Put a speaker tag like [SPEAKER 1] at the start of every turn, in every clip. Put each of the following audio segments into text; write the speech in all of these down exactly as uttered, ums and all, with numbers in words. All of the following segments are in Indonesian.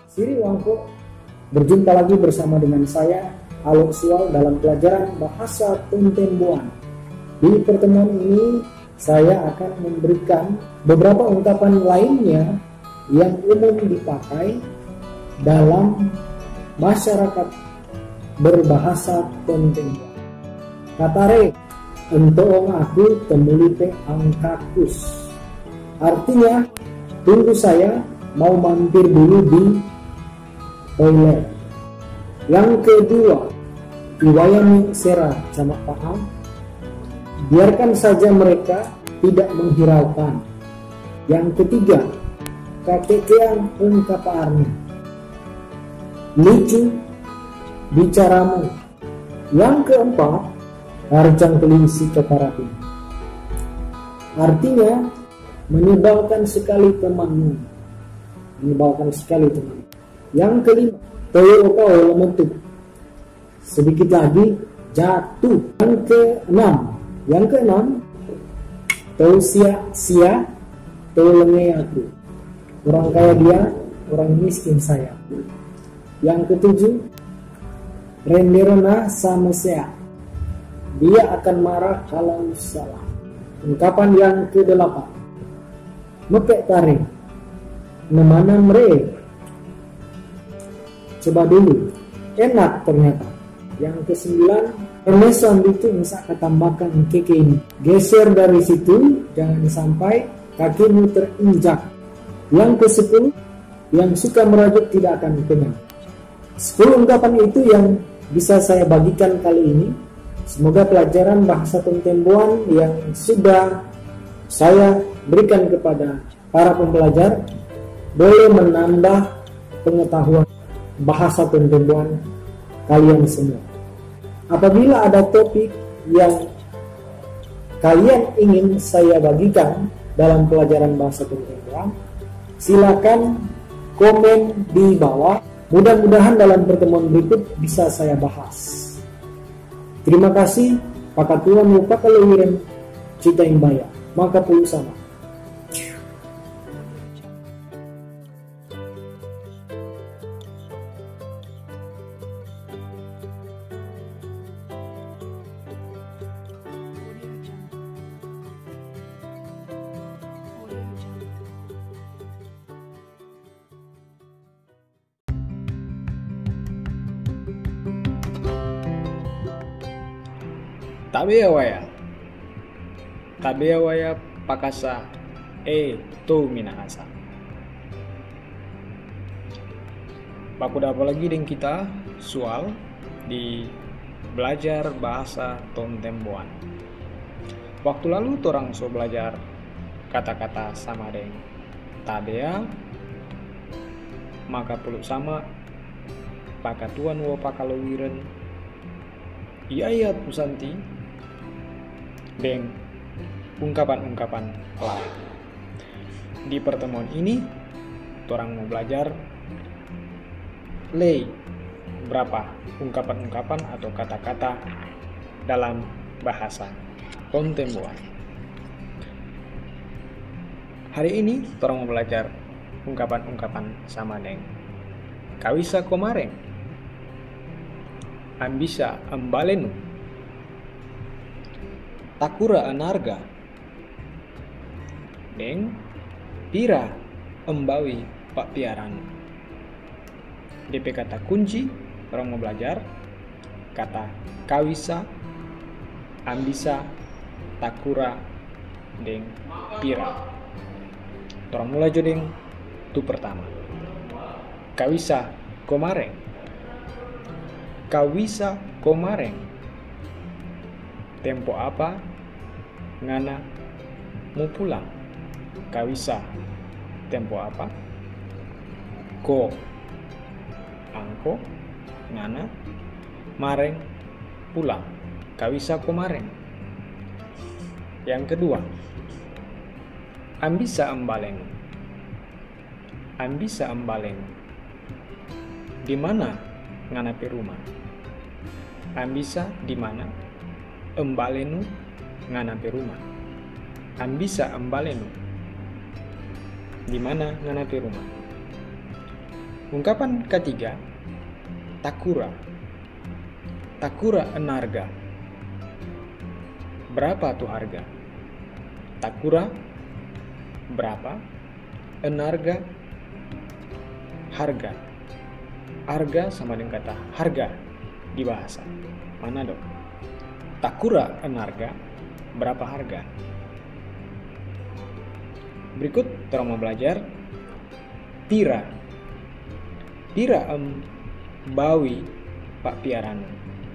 [SPEAKER 1] Siri Wangko, berjumpa lagi bersama dengan saya Alok Sual dalam pelajaran bahasa Tontemboan. Di pertemuan ini saya akan memberikan beberapa ungkapan lainnya yang umum dipakai dalam masyarakat berbahasa Tontemboan. Katare, entoong aku temulipe angkakus. Artinya, tunggu saya mau mampir dulu di toilet. Yang kedua, iwayami sera sama paham. Biarkan saja mereka tidak menghiraukan. Yang ketiga, kakekean ungkaparni. Lucu bicaramu. Yang keempat, harjang kelingsi kekarapi. Artinya, menyebalkan sekali temanmu. Menyebalkan sekali temanmu. Yang kelima, toyo oka lemetuk. Sedikit lagi jatuh. Yang keenam, yang keenam, toyo sia sia, toyo lenge aku. Orang kaya dia, orang miskin saya. Yang ketujuh, renderona sama saya. Dia akan marah kalau salah. Ungkapan yang kedelapan, mepek tarik. Nemana mereka. Coba dulu, enak ternyata. Yang kesembilan, permeson itu bisa ketambahkan keke ini. Geser dari situ, jangan sampai kakimu terinjak. Yang kesepuluh, yang suka merajut tidak akan kenyang. Sepuluh ungkapan itu yang bisa saya bagikan kali ini. Semoga pelajaran bahasa Tontemboan yang sudah saya berikan kepada para pembelajar boleh menambah pengetahuan bahasa Tontemboan kalian semua. Apabila ada topik yang kalian ingin saya bagikan dalam pelajaran bahasa Tontemboan, silakan komen di bawah. Mudah-mudahan dalam pertemuan berikut bisa saya bahas. Terima kasih. Pakatuan mo pakalawiran cita imbaya. Maka puluh sama.
[SPEAKER 2] Tabea waya, tabea waya pakasa e tu minahasa. Baku apa lagi dengan kita soal di belajar bahasa Tontemboan. Waktu lalu orang so belajar kata-kata sama dengan tabea, maka peluk sama, pakatuan wo pakalawiran, iya iya pusanti, dan ungkapan-ungkapan lain. Di pertemuan ini, orang mau belajar lei berapa ungkapan-ungkapan atau kata-kata dalam bahasa Tontemboan. Hari ini, orang mau belajar ungkapan-ungkapan sama dengan kawisa komareng, ambisa ambalenu, takura anarga, deng pira embawi pak piaran. D P kata kunci orang mau belajar kata kawisa, ambisa, takura, deng pira. Orang mulai jodeng tu pertama. Kawisa komareng. Kawisa komareng. Tempo apa ngana mau pulang? Kawisa tempo apa? Ko angko ngana mareng pulang. Kawisa komareng. Yang kedua, ambisa ambaleng. Ambisa ambaleng. Di mana ngana pe rumah? Ambisa di mana? Embalenu ngana pe rumah. Ambisa embalenu. Di mana ngana pe rumah? Ungkapan ketiga, takura. Takura enarga. Berapa tuh harga? Takura berapa? Enarga harga. Harga sama dengan kata harga di bahasa. Mana dong? Takura enarga berapa harga? Berikut kita mau belajar pira. Pira em bawi Pak Piarano.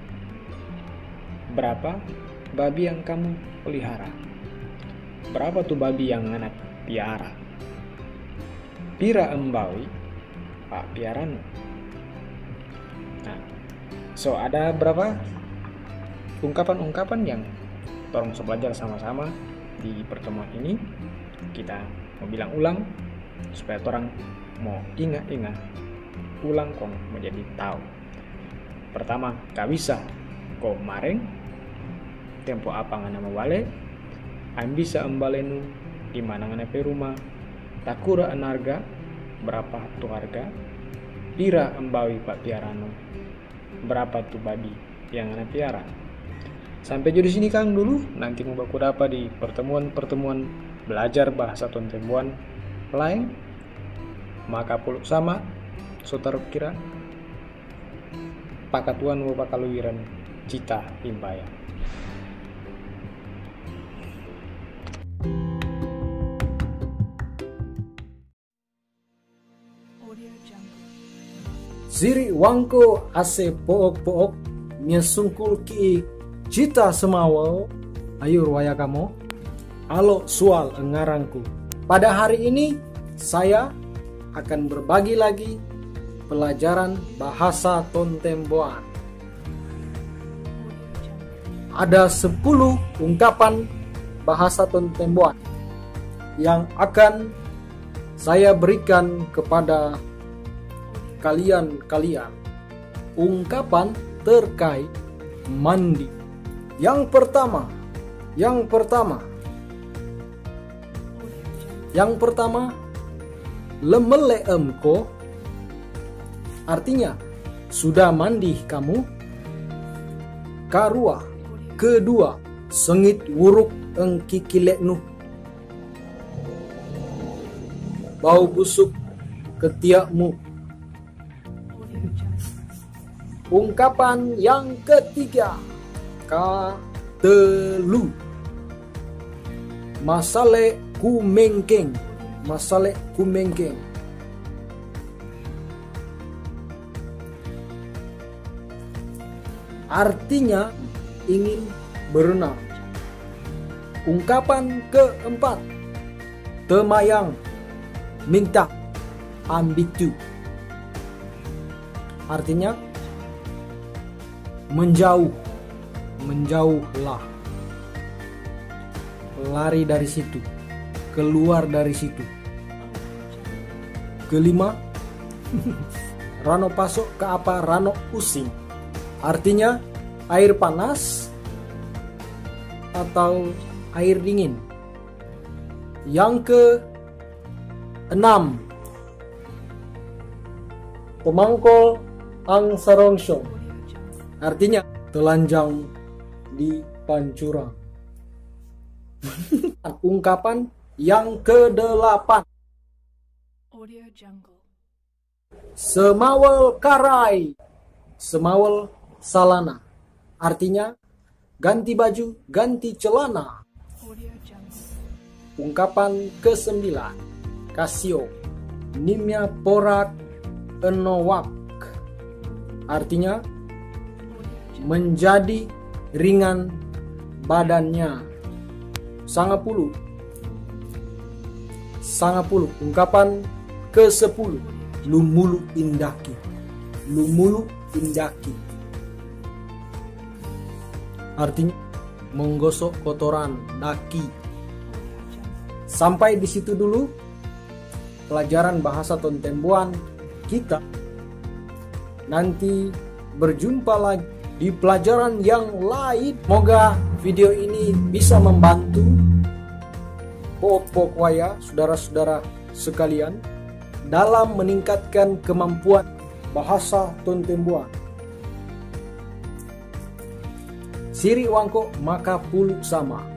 [SPEAKER 2] Berapa babi yang kamu pelihara? Berapa tuh babi yang anak piara? Pira embawi Pak Piarano. Nah, so ada berapa ungkapan-ungkapan yang tolong belajar sama-sama di pertemuan ini. Kita mau bilang ulang supaya orang mau ingat-ingat, ulang kong menjadi tahu. Pertama, kabisa ko mareng tempo apa ngana mawale, ambisa embalenu di mana ngana pe rumah, takura enarga berapa tuh harga, pira embawi Pak Piarano berapa tuh babi yang ngana piara. Sampai jadi sini Kang dulu, nanti mau baku dapat di pertemuan-pertemuan belajar bahasa Tontembuan lain. Maka puluk sama sotar kira pakatuan wa pakaluwiran cita impaya.
[SPEAKER 1] Siri wangko ase pook-pook nyesungkul ki cita semawal ayur waya kamu. Alo sual engarangku. Pada hari ini saya akan berbagi lagi pelajaran bahasa Tontembuan. Ada sepuluh ungkapan bahasa Tontembuan yang akan saya berikan kepada kalian-kalian. Ungkapan terkait mandi. Yang pertama, yang pertama, yang pertama, lemele emko, artinya sudah mandi kamu. Karua, kedua, sengit wuruk engkikileknu, bau busuk ketiakmu. Ungkapan yang ketiga, katelu, masale kumengkeng, masale kumengkeng. Artinya ingin berenang. Ungkapan keempat, temayang, minta, ambitu. Artinya menjauh, menjauhlah, lari dari situ, keluar dari situ. Kelima, rano pasok ke apa rano using, artinya air panas atau air dingin. Yang ke enam, pemangkol ang sarongsong, artinya telanjang di pancurang. Ungkapan yang kedelapan,
[SPEAKER 3] Audio Jungle.
[SPEAKER 1] semawel karai, semawel salana, artinya ganti baju, ganti celana.
[SPEAKER 3] Audio Jungle.
[SPEAKER 1] Ungkapan kesembilan, kasio, nimya porak enowak, artinya menjadi ringan badannya. Sangapulu, sangapulu. Ungkapan ke sepuluh, lumulu indaki, lumulu indaki, artinya menggosok kotoran daki. Sampai di situ dulu pelajaran bahasa Tontembuan kita. Nanti berjumpa lagi di pelajaran yang lain. Semoga video ini bisa membantu pok-pok waya saudara-saudara sekalian dalam meningkatkan kemampuan bahasa Tontembuan. Siri wangko maka pulu sama.